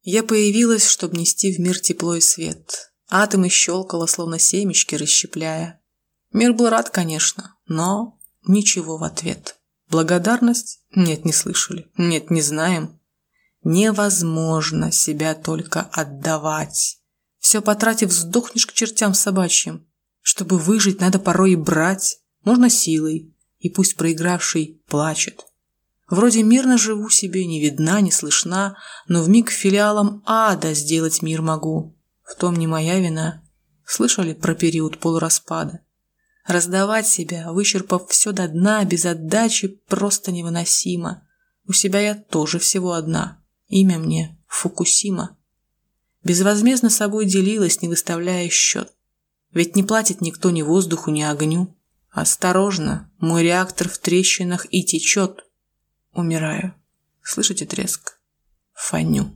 Я появилась, чтобы нести в мир тепло и свет. Атомы щелкала, словно семечки расщепляя. Мир был рад, конечно, но ничего в ответ. Благодарность? Нет, не слышали. Нет, не знаем. Невозможно себя только отдавать. Все потратив, сдохнешь к чертям собачьим. Чтобы выжить, надо порой и брать. Можно силой. И пусть проигравший плачет. Вроде мирно живу себе, не видна, не слышна, но вмиг филиалом ада сделать мир могу. В том не моя вина. Слышали про период полураспада? Раздавать себя, вычерпав все до дна, без отдачи, просто невыносимо. У себя я тоже всего одна. Имя мне Фукусима. Безвозмездно собой делилась, не выставляя счет. Ведь не платит никто ни воздуху, ни огню. Осторожно, мой реактор в трещинах и течет. Умираю. Слышите треск? Фоню.